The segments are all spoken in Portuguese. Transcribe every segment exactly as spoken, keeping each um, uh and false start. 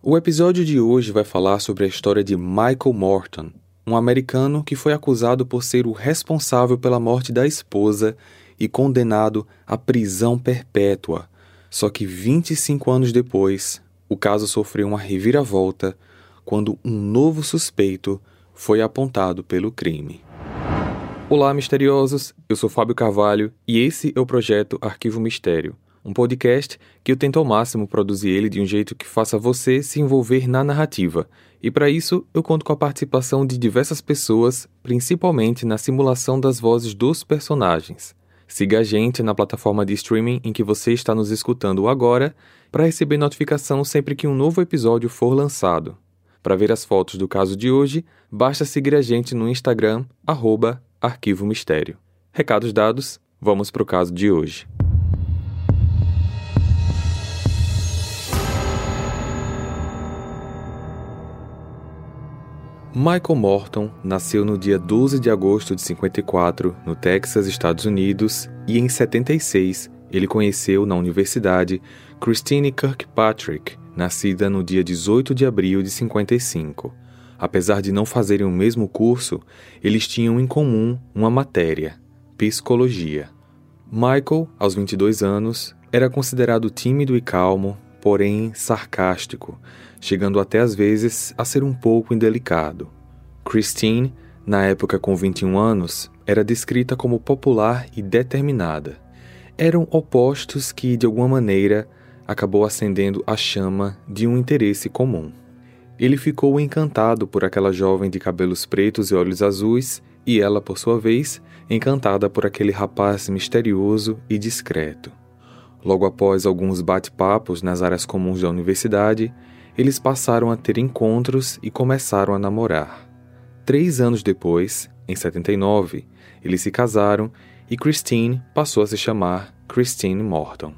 O episódio de hoje vai falar sobre a história de Michael Morton, um americano que foi acusado por ser o responsável pela morte da esposa e condenado à prisão perpétua. Só que vinte e cinco anos depois, o caso sofreu uma reviravolta quando um novo suspeito foi apontado pelo crime. Olá, misteriosos! Eu sou Fábio Carvalho e esse é o projeto Arquivo Mistério, um podcast que eu tento ao máximo produzir ele de um jeito que faça você se envolver na narrativa. E para isso, eu conto com a participação de diversas pessoas, principalmente na simulação das vozes dos personagens. Siga a gente na plataforma de streaming em que você está nos escutando agora para receber notificação sempre que um novo episódio for lançado. Para ver as fotos do caso de hoje, basta seguir a gente no Instagram, arroba Arquivo Mistério. Recados dados, vamos para o caso de hoje. Michael Morton nasceu no dia doze de agosto de cinquenta e quatro, no Texas, Estados Unidos, e em setenta e seis ele conheceu na universidade Christine Kirkpatrick, nascida no dia dezoito de abril de cinquenta e cinco. Apesar de não fazerem o mesmo curso, eles tinham em comum uma matéria, psicologia. Michael, aos vinte e dois anos, era considerado tímido e calmo, porém sarcástico, chegando até às vezes a ser um pouco indelicado. Christine, na época com vinte e um anos, era descrita como popular e determinada. Eram opostos que, de alguma maneira, acabou acendendo a chama de um interesse comum. Ele ficou encantado por aquela jovem de cabelos pretos e olhos azuis, e ela, por sua vez, encantada por aquele rapaz misterioso e discreto. Logo após alguns bate-papos nas áreas comuns da universidade, eles passaram a ter encontros e começaram a namorar. Três anos depois, em setenta e nove, eles se casaram e Christine passou a se chamar Christine Morton.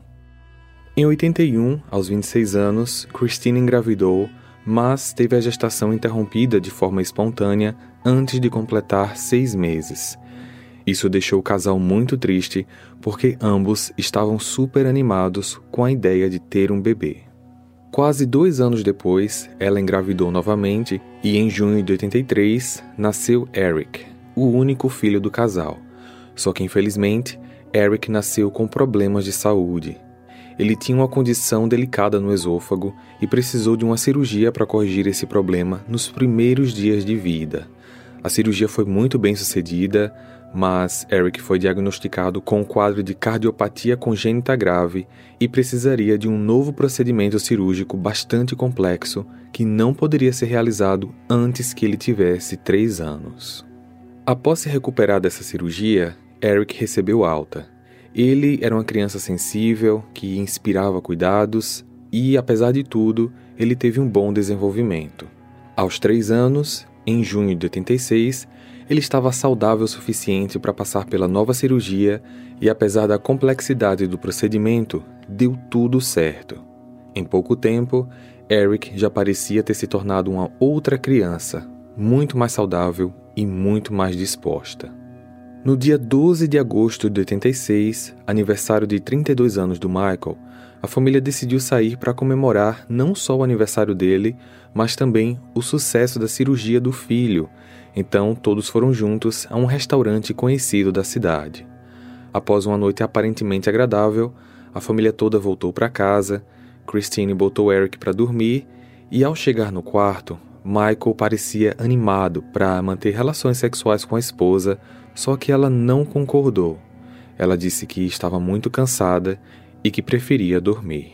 Em oitenta e um, aos vinte e seis anos, Christine engravidou, mas teve a gestação interrompida de forma espontânea antes de completar seis meses. Isso deixou o casal muito triste, porque ambos estavam super animados com a ideia de ter um bebê. Quase dois anos depois, ela engravidou novamente e em junho de oitenta e três nasceu Eric, o único filho do casal. Só que infelizmente, Eric nasceu com problemas de saúde. Ele tinha uma condição delicada no esôfago e precisou de uma cirurgia para corrigir esse problema nos primeiros dias de vida. A cirurgia foi muito bem sucedida, mas Eric foi diagnosticado com um quadro de cardiopatia congênita grave e precisaria de um novo procedimento cirúrgico bastante complexo que não poderia ser realizado antes que ele tivesse três anos. Após se recuperar dessa cirurgia, Eric recebeu alta. Ele era uma criança sensível, que inspirava cuidados e, apesar de tudo, ele teve um bom desenvolvimento. Aos três anos, em junho de oitenta e seis, ele estava saudável o suficiente para passar pela nova cirurgia e, apesar da complexidade do procedimento, deu tudo certo. Em pouco tempo, Eric já parecia ter se tornado uma outra criança, muito mais saudável e muito mais disposta. No dia doze de agosto de oitenta e seis, aniversário de trinta e dois anos do Michael, a família decidiu sair para comemorar não só o aniversário dele, mas também o sucesso da cirurgia do filho. Então, todos foram juntos a um restaurante conhecido da cidade. Após uma noite aparentemente agradável, a família toda voltou para casa, Christine botou Eric para dormir e, ao chegar no quarto, Michael parecia animado para manter relações sexuais com a esposa, só que ela não concordou. Ela disse que estava muito cansada e que preferia dormir.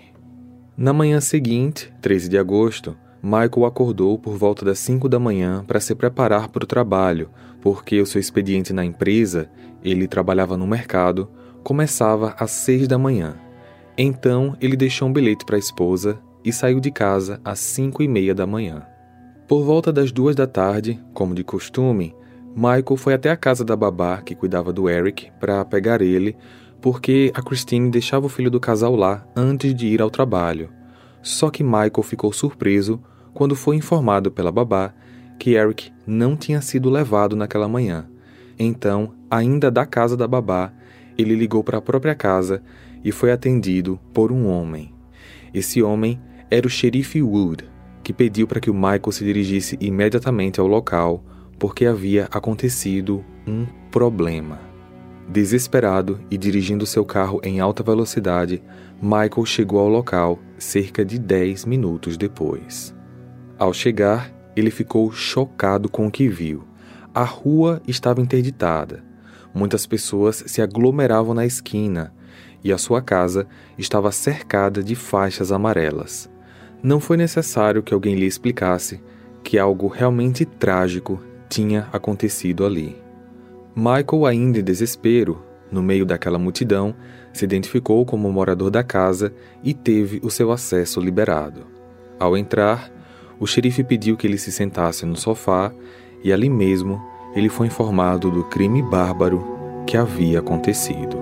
Na manhã seguinte, treze de agosto, Michael acordou por volta das cinco da manhã para se preparar para o trabalho, porque o seu expediente na empresa, ele trabalhava no mercado, começava às seis da manhã. Então, ele deixou um bilhete para a esposa e saiu de casa às cinco e meia da manhã. Por volta das duas da tarde, como de costume, Michael foi até a casa da babá que cuidava do Eric para pegar ele, porque a Christine deixava o filho do casal lá antes de ir ao trabalho. Só que Michael ficou surpreso quando foi informado pela babá que Eric não tinha sido levado naquela manhã. Então, ainda da casa da babá, ele ligou para a própria casa e foi atendido por um homem. Esse homem era o xerife Wood, que pediu para que o Michael se dirigisse imediatamente ao local porque havia acontecido um problema. Desesperado e dirigindo seu carro em alta velocidade, Michael chegou ao local cerca de dez minutos depois. Ao chegar, ele ficou chocado com o que viu. A rua estava interditada. Muitas pessoas se aglomeravam na esquina e a sua casa estava cercada de faixas amarelas. Não foi necessário que alguém lhe explicasse que algo realmente trágico tinha acontecido ali. Michael, ainda em desespero, no meio daquela multidão, se identificou como morador da casa e teve o seu acesso liberado. Ao entrar, o xerife pediu que ele se sentasse no sofá e ali mesmo ele foi informado do crime bárbaro que havia acontecido.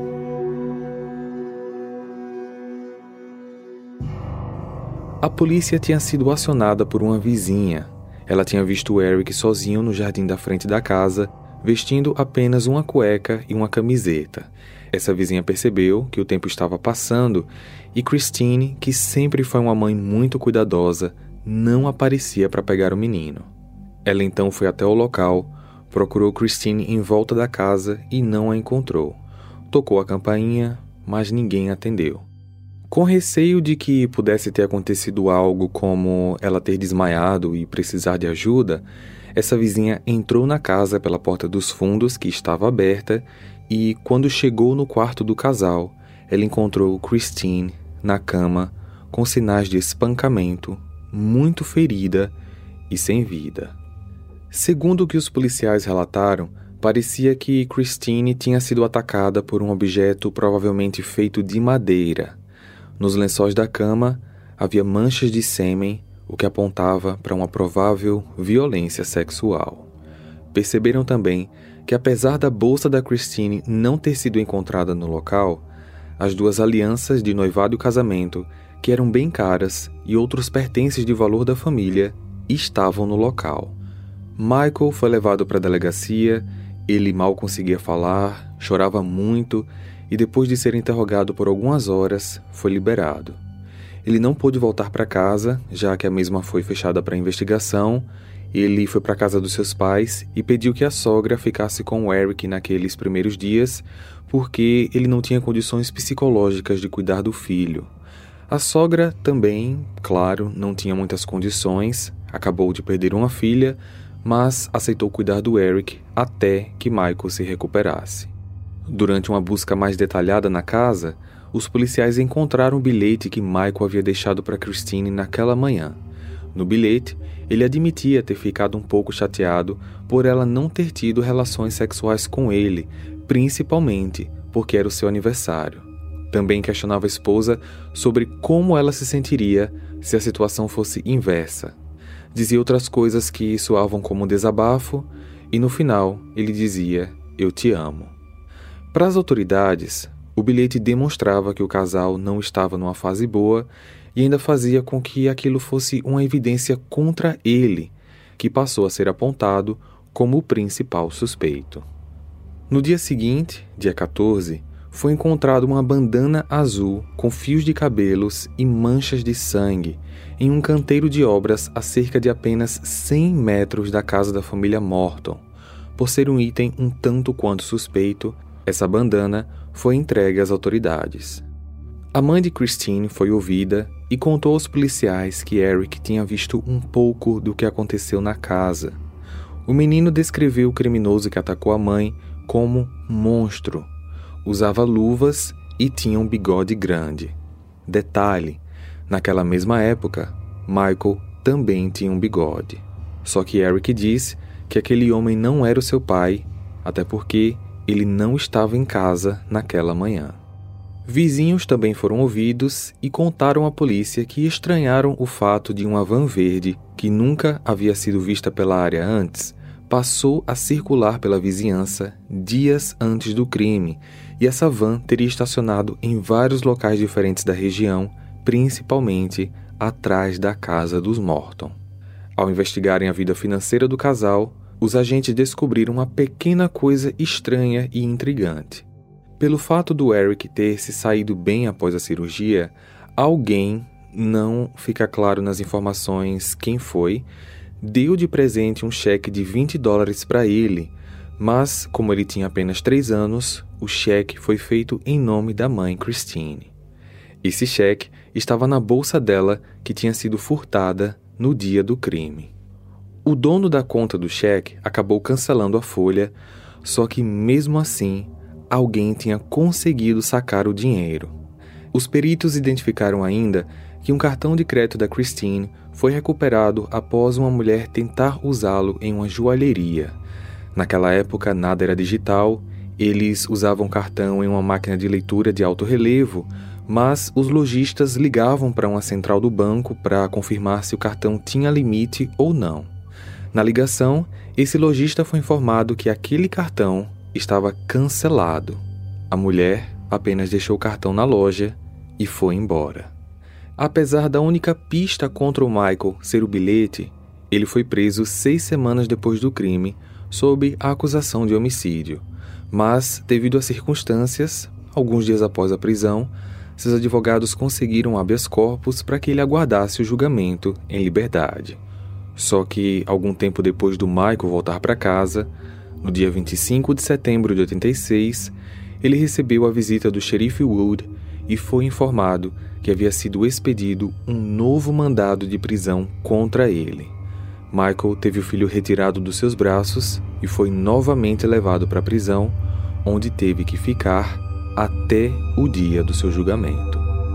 A polícia tinha sido acionada por uma vizinha. Ela tinha visto Eric sozinho no jardim da frente da casa, vestindo apenas uma cueca e uma camiseta. Essa vizinha percebeu que o tempo estava passando e Christine, que sempre foi uma mãe muito cuidadosa, não aparecia para pegar o menino. Ela então foi até o local, procurou Christine em volta da casa e não a encontrou. Tocou a campainha, mas ninguém atendeu. Com receio de que pudesse ter acontecido algo como ela ter desmaiado e precisar de ajuda, essa vizinha entrou na casa pela porta dos fundos, que estava aberta, e quando chegou no quarto do casal, ela encontrou Christine na cama com sinais de espancamento, muito ferida e sem vida. Segundo o que os policiais relataram, parecia que Christine tinha sido atacada por um objeto provavelmente feito de madeira. Nos lençóis da cama havia manchas de sêmen, o que apontava para uma provável violência sexual. Perceberam também que, apesar da bolsa da Christine não ter sido encontrada no local, as duas alianças de noivado e casamento, que eram bem caras, e outros pertences de valor da família, estavam no local. Michael foi levado para a delegacia, ele mal conseguia falar, chorava muito e depois de ser interrogado por algumas horas, foi liberado. Ele não pôde voltar para casa, já que a mesma foi fechada para investigação. Ele foi para a casa dos seus pais e pediu que a sogra ficasse com o Eric naqueles primeiros dias, porque ele não tinha condições psicológicas de cuidar do filho. A sogra também, claro, não tinha muitas condições, acabou de perder uma filha, mas aceitou cuidar do Eric até que Michael se recuperasse. Durante uma busca mais detalhada na casa, os policiais encontraram o bilhete que Michael havia deixado para Christine naquela manhã. No bilhete, ele admitia ter ficado um pouco chateado por ela não ter tido relações sexuais com ele, principalmente porque era o seu aniversário. Também questionava a esposa sobre como ela se sentiria se a situação fosse inversa. Dizia outras coisas que soavam como um desabafo e no final ele dizia: "Eu te amo". Para as autoridades, o bilhete demonstrava que o casal não estava numa fase boa e ainda fazia com que aquilo fosse uma evidência contra ele, que passou a ser apontado como o principal suspeito. No dia seguinte, dia quatorze, foi encontrada uma bandana azul com fios de cabelos e manchas de sangue em um canteiro de obras a cerca de apenas cem metros da casa da família Morton. Por ser um item um tanto quanto suspeito, essa bandana foi entregue às autoridades. A mãe de Christine foi ouvida e contou aos policiais que Eric tinha visto um pouco do que aconteceu na casa. O menino descreveu o criminoso que atacou a mãe como monstro. Usava luvas e tinha um bigode grande. Detalhe, naquela mesma época, Michael também tinha um bigode. Só que Eric disse que aquele homem não era o seu pai, até porque ele não estava em casa naquela manhã. Vizinhos também foram ouvidos e contaram à polícia que estranharam o fato de uma van verde, que nunca havia sido vista pela área antes, passou a circular pela vizinhança dias antes do crime, e essa van teria estacionado em vários locais diferentes da região, principalmente atrás da casa dos Morton. Ao investigarem a vida financeira do casal, os agentes descobriram uma pequena coisa estranha e intrigante. Pelo fato do Eric ter se saído bem após a cirurgia, alguém, não fica claro nas informações quem foi, deu de presente um cheque de vinte dólares para ele, mas, como ele tinha apenas três anos, o cheque foi feito em nome da mãe Christine. Esse cheque estava na bolsa dela, que tinha sido furtada no dia do crime. O dono da conta do cheque acabou cancelando a folha, só que mesmo assim, alguém tinha conseguido sacar o dinheiro. Os peritos identificaram ainda que um cartão de crédito da Christine foi recuperado após uma mulher tentar usá-lo em uma joalheria. Naquela época, nada era digital, eles usavam cartão em uma máquina de leitura de alto relevo, mas os lojistas ligavam para uma central do banco para confirmar se o cartão tinha limite ou não. Na ligação, esse lojista foi informado que aquele cartão estava cancelado. A mulher apenas deixou o cartão na loja e foi embora. Apesar da única pista contra o Michael ser o bilhete, ele foi preso seis semanas depois do crime, sob a acusação de homicídio. Mas, devido às circunstâncias, alguns dias após a prisão, seus advogados conseguiram habeas corpus para que ele aguardasse o julgamento em liberdade. Só que, algum tempo depois do Michael voltar para casa, no dia vinte e cinco de setembro de oitenta e seis, ele recebeu a visita do xerife Wood e foi informado que havia sido expedido um novo mandado de prisão contra ele. Michael teve o filho retirado dos seus braços e foi novamente levado para a prisão, onde teve que ficar até o dia do seu julgamento.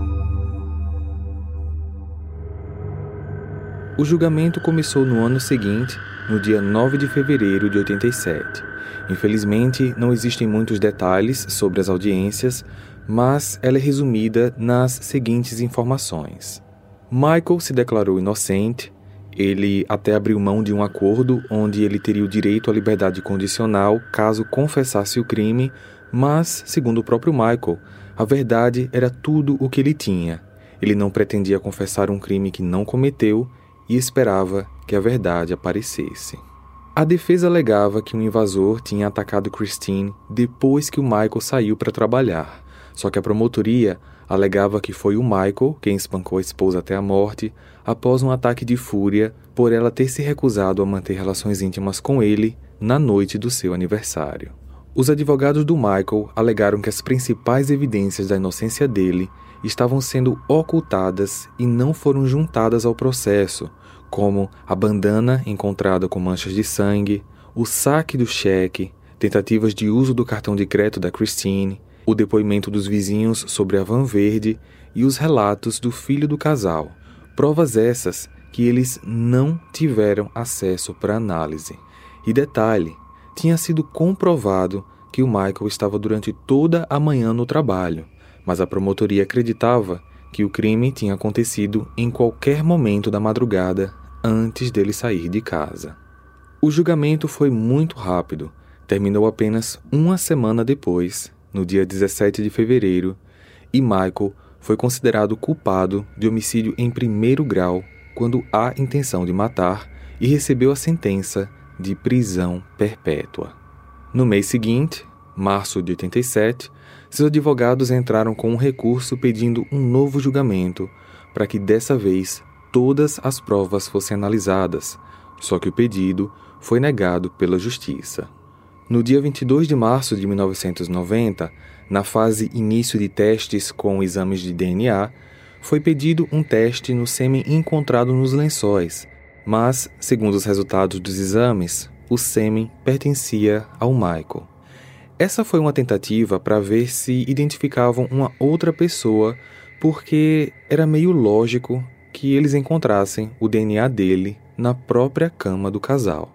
O julgamento começou no ano seguinte, no dia nove de fevereiro de oitenta e sete. Infelizmente, não existem muitos detalhes sobre as audiências, mas ela é resumida nas seguintes informações. Michael se declarou inocente, ele até abriu mão de um acordo onde ele teria o direito à liberdade condicional caso confessasse o crime, mas, segundo o próprio Michael, a verdade era tudo o que ele tinha. Ele não pretendia confessar um crime que não cometeu e esperava que a verdade aparecesse. A defesa alegava que um invasor tinha atacado Christine depois que o Michael saiu para trabalhar. Só que a promotoria alegava que foi o Michael quem espancou a esposa até a morte após um ataque de fúria por ela ter se recusado a manter relações íntimas com ele na noite do seu aniversário. Os advogados do Michael alegaram que as principais evidências da inocência dele estavam sendo ocultadas e não foram juntadas ao processo, como a bandana encontrada com manchas de sangue, o saque do cheque, tentativas de uso do cartão de crédito da Christine, o depoimento dos vizinhos sobre a van verde e os relatos do filho do casal. Provas essas que eles não tiveram acesso para análise. E detalhe, tinha sido comprovado que o Michael estava durante toda a manhã no trabalho, mas a promotoria acreditava que o crime tinha acontecido em qualquer momento da madrugada antes dele sair de casa. O julgamento foi muito rápido, terminou apenas uma semana depois, no dia dezessete de fevereiro, e Michael foi considerado culpado de homicídio em primeiro grau quando há intenção de matar e recebeu a sentença de prisão perpétua. No mês seguinte, março de oitenta e sete, seus advogados entraram com um recurso pedindo um novo julgamento para que dessa vez todas as provas fossem analisadas, só que o pedido foi negado pela justiça. No dia vinte e dois de março de mil novecentos e noventa, na fase início de testes com exames de D N A, foi pedido um teste no sêmen encontrado nos lençóis, mas, segundo os resultados dos exames, o sêmen pertencia ao Michael. Essa foi uma tentativa para ver se identificavam uma outra pessoa, porque era meio lógico que eles encontrassem o D N A dele na própria cama do casal.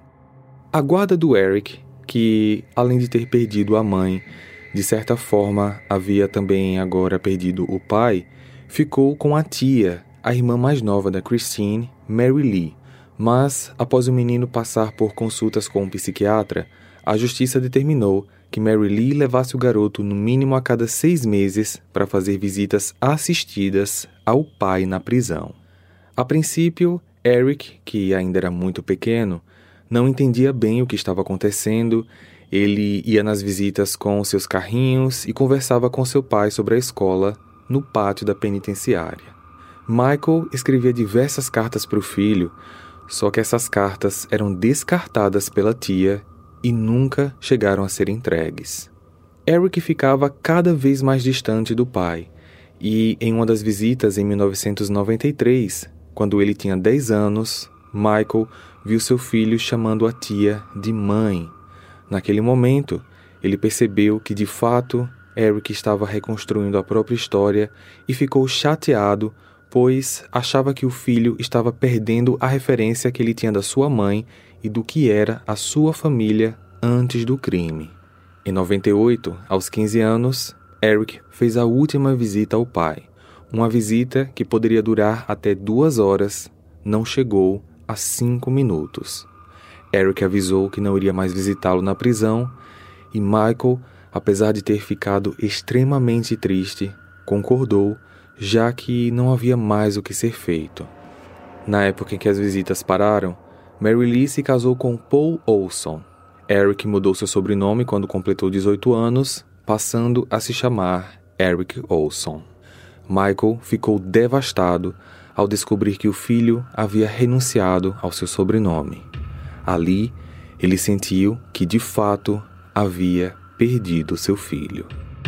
A guarda do Eric, que, além de ter perdido a mãe, de certa forma havia também agora perdido o pai, ficou com a tia, a irmã mais nova da Christine, Mary Lee. Mas, após o menino passar por consultas com um psiquiatra, a justiça determinou que Mary Lee levasse o garoto no mínimo a cada seis meses para fazer visitas assistidas ao pai na prisão. A princípio, Eric, que ainda era muito pequeno, não entendia bem o que estava acontecendo. Ele ia nas visitas com seus carrinhos e conversava com seu pai sobre a escola no pátio da penitenciária. Michael escrevia diversas cartas para o filho, só que essas cartas eram descartadas pela tia e nunca chegaram a ser entregues. Eric ficava cada vez mais distante do pai, e em uma das visitas em mil novecentos e noventa e três, quando ele tinha dez anos, Michael viu seu filho chamando a tia de mãe. Naquele momento, ele percebeu que, de fato, Eric estava reconstruindo a própria história e ficou chateado, pois achava que o filho estava perdendo a referência que ele tinha da sua mãe e do que era a sua família antes do crime. Em noventa e oito, aos quinze anos, Eric fez a última visita ao pai. Uma visita que poderia durar até duas horas, não chegou a cinco minutos. Eric avisou que não iria mais visitá-lo na prisão e Michael, apesar de ter ficado extremamente triste, concordou, já que não havia mais o que ser feito. Na época em que as visitas pararam, Mary Lee se casou com Paul Olson. Eric mudou seu sobrenome quando completou dezoito anos, passando a se chamar Eric Olson. Michael ficou devastado ao descobrir que o filho havia renunciado ao seu sobrenome. Ali, ele sentiu que, de fato, havia perdido seu filho.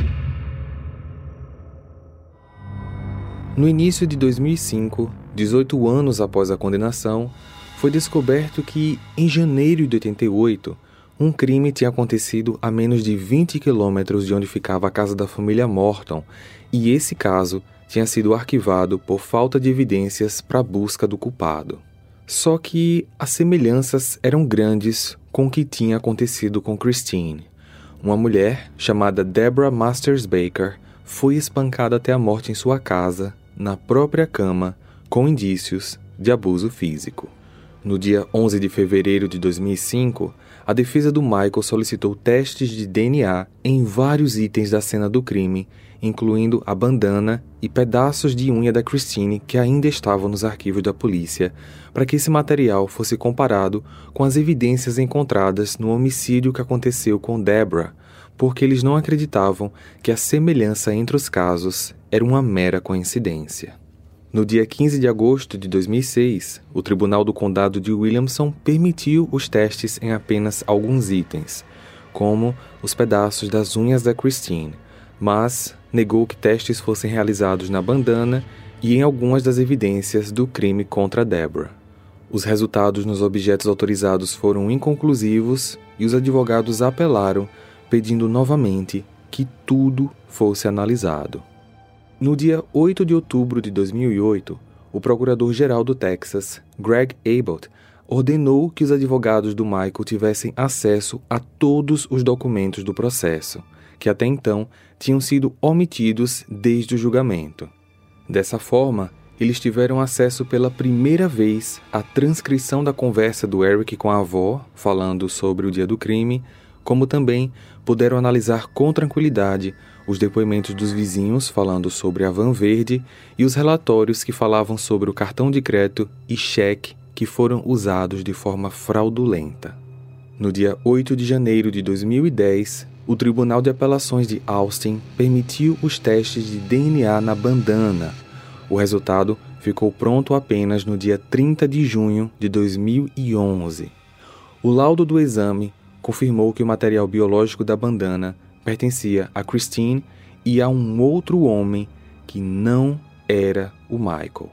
No início de dois mil e cinco, dezoito anos após a condenação, foi descoberto que, em janeiro de oitenta e oito, um crime tinha acontecido a menos de vinte quilômetros de onde ficava a casa da família Morton, e esse caso tinha sido arquivado por falta de evidências para a busca do culpado. Só que as semelhanças eram grandes com o que tinha acontecido com Christine. Uma mulher chamada Deborah Masters Baker foi espancada até a morte em sua casa, na própria cama, com indícios de abuso físico. No dia onze de fevereiro de dois mil e cinco, a defesa do Michael solicitou testes de D N A em vários itens da cena do crime, incluindo a bandana e pedaços de unha da Christine que ainda estavam nos arquivos da polícia, para que esse material fosse comparado com as evidências encontradas no homicídio que aconteceu com Deborah, porque eles não acreditavam que a semelhança entre os casos era uma mera coincidência. No dia quinze de agosto de dois mil e seis, o Tribunal do Condado de Williamson permitiu os testes em apenas alguns itens, como os pedaços das unhas da Christine, mas negou que testes fossem realizados na bandana e em algumas das evidências do crime contra Deborah. Os resultados nos objetos autorizados foram inconclusivos e os advogados apelaram, pedindo novamente que tudo fosse analisado. No dia oito de outubro de dois mil e oito, o procurador-geral do Texas, Greg Abbott, ordenou que os advogados do Michael tivessem acesso a todos os documentos do processo, que até então tinham sido omitidos desde o julgamento. Dessa forma, eles tiveram acesso pela primeira vez à transcrição da conversa do Eric com a avó, falando sobre o dia do crime, como também puderam analisar com tranquilidade os depoimentos dos vizinhos falando sobre a van verde e os relatórios que falavam sobre o cartão de crédito e cheque que foram usados de forma fraudulenta. No dia oito de janeiro de dois mil e dez, o Tribunal de Apelações de Austin permitiu os testes de D N A na bandana. O resultado ficou pronto apenas no dia trinta de junho de dois mil e onze. O laudo do exame confirmou que o material biológico da bandana pertencia a Christine e a um outro homem que não era o Michael.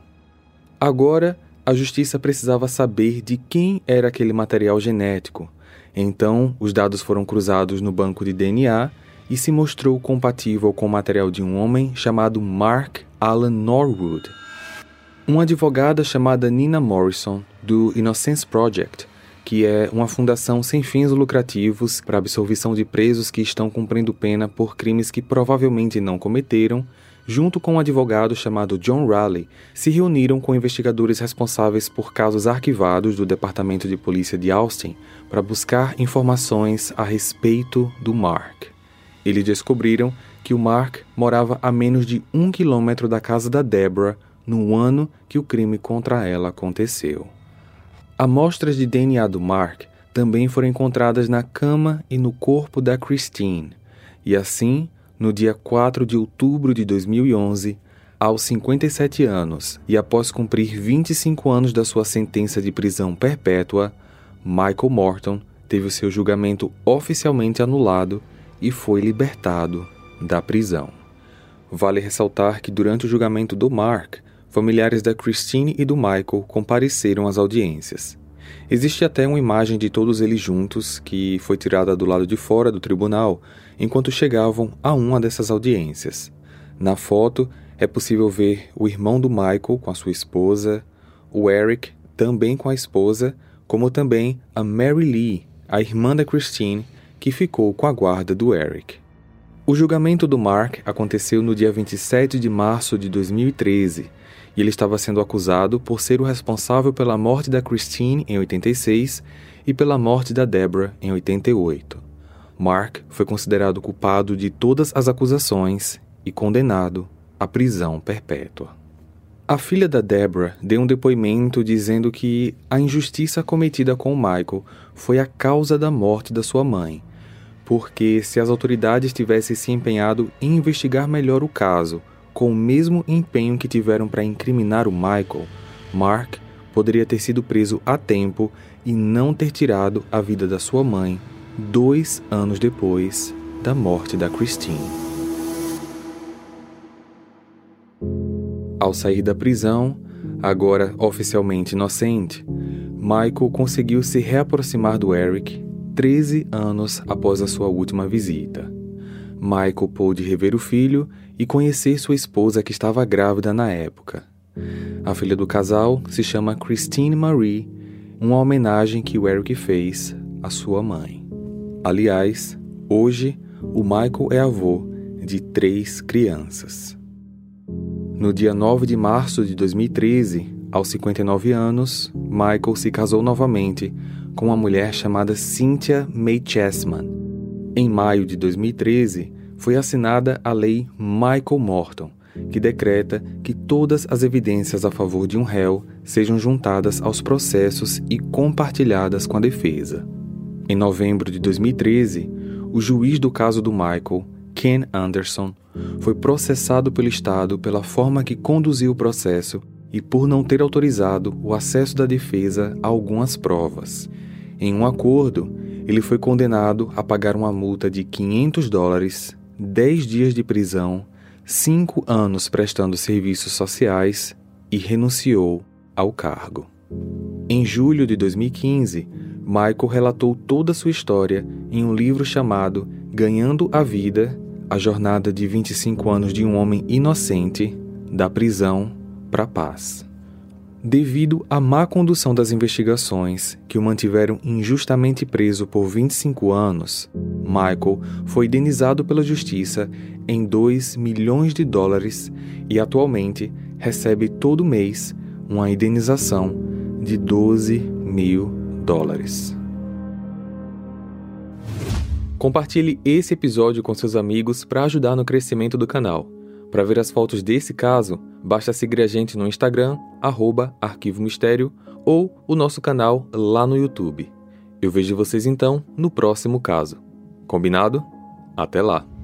Agora, a justiça precisava saber de quem era aquele material genético. Então, os dados foram cruzados no banco de D N A e se mostrou compatível com o material de um homem chamado Mark Alan Norwood. Uma advogada chamada Nina Morrison, do Innocence Project, que é uma fundação sem fins lucrativos para a absolvição de presos que estão cumprindo pena por crimes que provavelmente não cometeram, junto com um advogado chamado John Raleigh, se reuniram com investigadores responsáveis por casos arquivados do Departamento de Polícia de Austin para buscar informações a respeito do Mark. Eles descobriram que o Mark morava a menos de um quilômetro da casa da Deborah no ano que o crime contra ela aconteceu. Amostras de D N A do Mark também foram encontradas na cama e no corpo da Christine, e assim, no dia quatro de outubro de dois mil e onze, Aos cinquenta e sete anos e após cumprir vinte e cinco anos da sua sentença de prisão perpétua, Michael Morton teve o seu julgamento oficialmente anulado e foi libertado da prisão. Vale ressaltar que durante o julgamento do Mark, familiares da Christine e do Michael compareceram às audiências. Existe até uma imagem de todos eles juntos que foi tirada do lado de fora do tribunal enquanto chegavam a uma dessas audiências. Na foto, é possível ver o irmão do Michael com a sua esposa, o Eric também com a esposa, como também a Mary Lee, a irmã da Christine, que ficou com a guarda do Eric. O julgamento do Mark aconteceu no dia vinte e sete de março de dois mil e treze, e ele estava sendo acusado por ser o responsável pela morte da Christine em oitenta e seis e pela morte da Deborah em oitenta e oito. Mark foi considerado culpado de todas as acusações e condenado à prisão perpétua. A filha da Deborah deu um depoimento dizendo que a injustiça cometida com o Michael foi a causa da morte da sua mãe, porque se as autoridades tivessem se empenhado em investigar melhor o caso, com o mesmo empenho que tiveram para incriminar o Michael, Mark poderia ter sido preso a tempo e não ter tirado a vida da sua mãe dois anos depois da morte da Christine. Ao sair da prisão, agora oficialmente inocente, Michael conseguiu se reaproximar do Eric treze anos após a sua última visita. Michael pôde rever o filho e conhecer sua esposa que estava grávida na época. A filha do casal se chama Christine Marie, uma homenagem que o Eric fez à sua mãe. Aliás, hoje o Michael é avô de três crianças. No dia nove de março de dois mil e treze, aos cinquenta e nove anos, Michael se casou novamente com uma mulher chamada Cynthia May Chessman. Em maio de dois mil e treze, foi assinada a Lei Michael Morton, que decreta que todas as evidências a favor de um réu sejam juntadas aos processos e compartilhadas com a defesa. Em novembro de dois mil e treze, o juiz do caso do Michael, Ken Anderson, foi processado pelo Estado pela forma que conduziu o processo e por não ter autorizado o acesso da defesa a algumas provas. Em um acordo, ele foi condenado a pagar uma multa de quinhentos dólares, dez dias de prisão, cinco anos prestando serviços sociais e renunciou ao cargo. Em julho de dois mil e quinze, Michael relatou toda a sua história em um livro chamado Ganhando a Vida, a jornada de vinte e cinco anos de um homem inocente, da prisão para a paz. Devido à má condução das investigações, que o mantiveram injustamente preso por vinte e cinco anos, Michael foi indenizado pela justiça em dois milhões de dólares e atualmente recebe todo mês uma indenização de doze mil dólares. Compartilhe esse episódio com seus amigos para ajudar no crescimento do canal. Para ver as fotos desse caso, basta seguir a gente no Instagram, arroba Arquivo Mistério, ou o nosso canal lá no YouTube. Eu vejo vocês então no próximo caso. Combinado? Até lá!